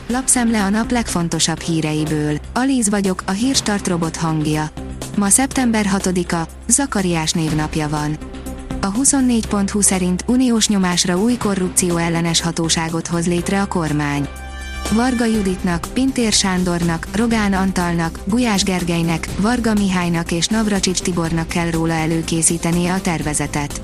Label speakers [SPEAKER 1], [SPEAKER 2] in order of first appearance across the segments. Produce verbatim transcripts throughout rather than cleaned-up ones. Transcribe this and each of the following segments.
[SPEAKER 1] Lapszemle a nap legfontosabb híreiből. Alíz vagyok, a Hírstart robot hangja. Ma szeptember hatodika, Zakariás névnapja van. A huszonnégy pont hu szerint uniós nyomásra új korrupció ellenes hatóságot hoz létre a kormány. Varga Juditnak, Pintér Sándornak, Rogán Antalnak, Gulyás Gergelynek, Varga Mihálynak és Navracsics Tibornak kell róla előkészítenie a tervezetet.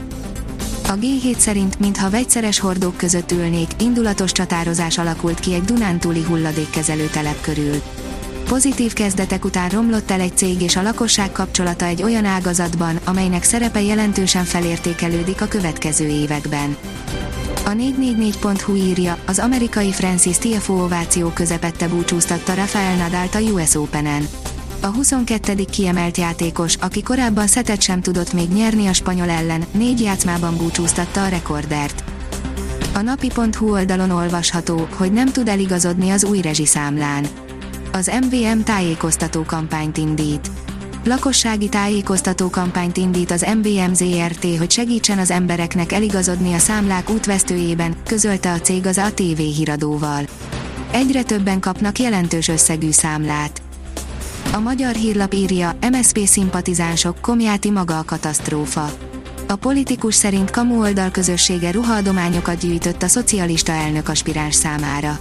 [SPEAKER 1] A gé hét szerint, mintha vegyszeres hordók között ülnék, indulatos csatározás alakult ki egy dunántúli hulladékkezelő telep körül. Pozitív kezdetek után romlott el egy cég és a lakosság kapcsolata egy olyan ágazatban, amelynek szerepe jelentősen felértékelődik a következő években. A négy négy négy pont hu írja, az amerikai Francis Tiafoe ováció közepette búcsúztatta Rafael Nadalt a u es Openen. A huszonkettedik kiemelt játékos, aki korábban szettet sem tudott még nyerni a spanyol ellen, négy játszmában búcsúztatta a rekordert. A napi pont hu oldalon olvasható, hogy nem tud eligazodni az új rezsiszámlán. Az em vé em tájékoztató kampányt indít. Lakossági tájékoztató kampányt indít az em vé em zé er té, hogy segítsen az embereknek eligazodni a számlák útvesztőjében, közölte a cég az á té vé híradóval. Egyre többen kapnak jelentős összegű számlát. A Magyar Hírlap írja, em es zé pé szimpatizánsok, Komjáti maga a katasztrófa. A politikus szerint kamu oldalközössége ruhaadományokat gyűjtött a szocialista elnök aspiráns számára.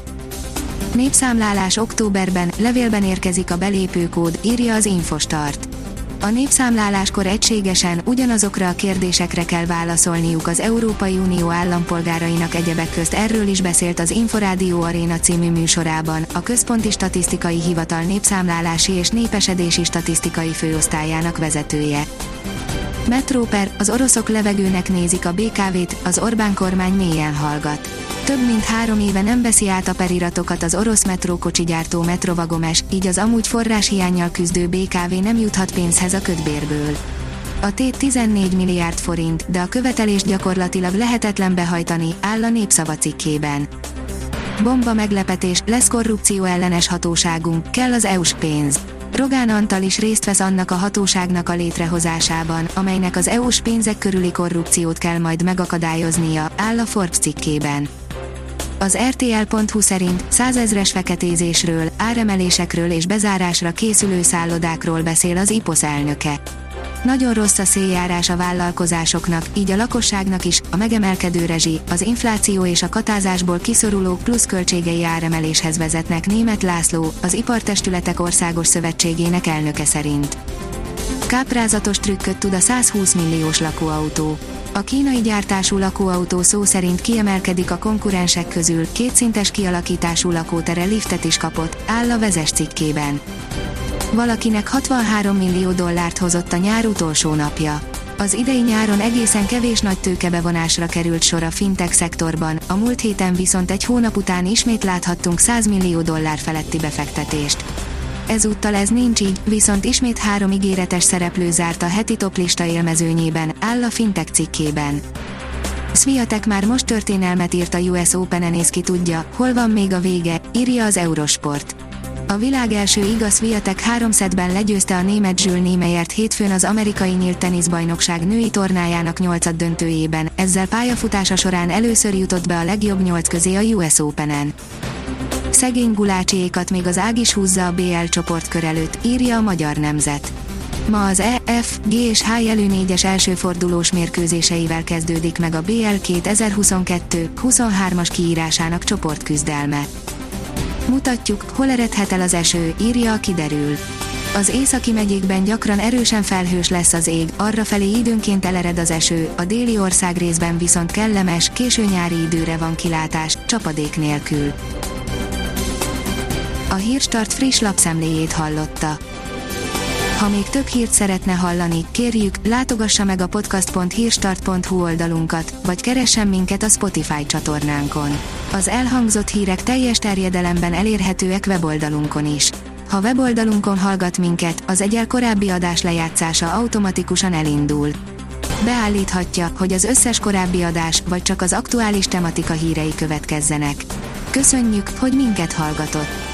[SPEAKER 1] Népszámlálás októberben, levélben érkezik a belépőkód, írja az Infostart. A népszámláláskor egységesen, ugyanazokra a kérdésekre kell válaszolniuk az Európai Unió állampolgárainak, egyebek közt erről is beszélt az Inforádió Aréna című műsorában, a Központi Statisztikai Hivatal népszámlálási és népesedési statisztikai főosztályának vezetője. Metróper, az oroszok levegőnek nézik a bé ká vét, az Orbán kormány mélyen hallgat. Több mint három éve nem veszi át a periratokat az orosz metrókocsigyártó Metrovagomes, így az amúgy forráshiánnyal küzdő bé ká vé nem juthat pénzhez a kötbérből. A tét tizennégy milliárd forint, de a követelést gyakorlatilag lehetetlen behajtani, áll a Népszava cikkében. Bomba meglepetés, lesz korrupció ellenes hatóságunk, kell az é u-s pénz. Rogán Antal is részt vesz annak a hatóságnak a létrehozásában, amelynek az é u-s pénzek körüli korrupciót kell majd megakadályoznia, áll a Forbes cikkében. Az er té el pont hu szerint százezres feketézésről, áremelésekről és bezárásra készülő szállodákról beszél az i pé o esz elnöke. Nagyon rossz a széljárás a vállalkozásoknak, így a lakosságnak is, a megemelkedő rezsi, az infláció és a katázásból kiszorulók pluszköltségei áremeléshez vezetnek, Németh László, az Ipartestületek Országos Szövetségének elnöke szerint. Káprázatos trükköt tud a százhúsz milliós lakóautó. A kínai gyártású lakóautó szó szerint kiemelkedik a konkurensek közül, kétszintes kialakítású lakótere liftet is kapott, áll a Vezes cikkében. Valakinek hatvanhárom millió dollárt hozott a nyár utolsó napja. Az idei nyáron egészen kevés nagy tőkebevonásra került sor a fintech szektorban, a múlt héten viszont egy hónap után ismét láthattunk száz millió dollár feletti befektetést. Ezúttal ez nincs így, viszont ismét három ígéretes szereplő zárt a heti toplista élmezőnyében, áll a fintech cikkében. Swiatek már most történelmet írt a u es Openen, és ki tudja, hol van még a vége, írja az Eurosport. A világ első igaz Swiatek három szettben legyőzte a német Jules Niemeyert hétfőn az amerikai nyílt teniszbajnokság női tornájának nyolcaddöntőjében, ezzel pályafutása során először jutott be a legjobb nyolc közé a u es Openen. Szegény Gulácsiékat még az ág is húzza a bé el csoportkör előtt, írja a Magyar Nemzet. Ma az E, F, G és H jelű négyes elsőfordulós mérkőzéseivel kezdődik meg a bé el kétezer-huszonkettő huszonhármas kiírásának csoportküzdelme. Mutatjuk, hol eredhet el az eső, írja a Kiderül. Az északi megyékben gyakran erősen felhős lesz az ég, arrafelé időnként elered az eső, a déli országrészben viszont kellemes, késő nyári időre van kilátás, csapadék nélkül. A Hírstart friss lapszemléjét hallotta. Ha még több hírt szeretne hallani, kérjük, látogassa meg a podcast pont hírstart pont hu oldalunkat, vagy keressen minket a Spotify csatornánkon. Az elhangzott hírek teljes terjedelemben elérhetőek weboldalunkon is. Ha weboldalunkon hallgat minket, az egyel korábbi adás lejátszása automatikusan elindul. Beállíthatja, hogy az összes korábbi adás, vagy csak az aktuális tematika hírei következzenek. Köszönjük, hogy minket hallgatott!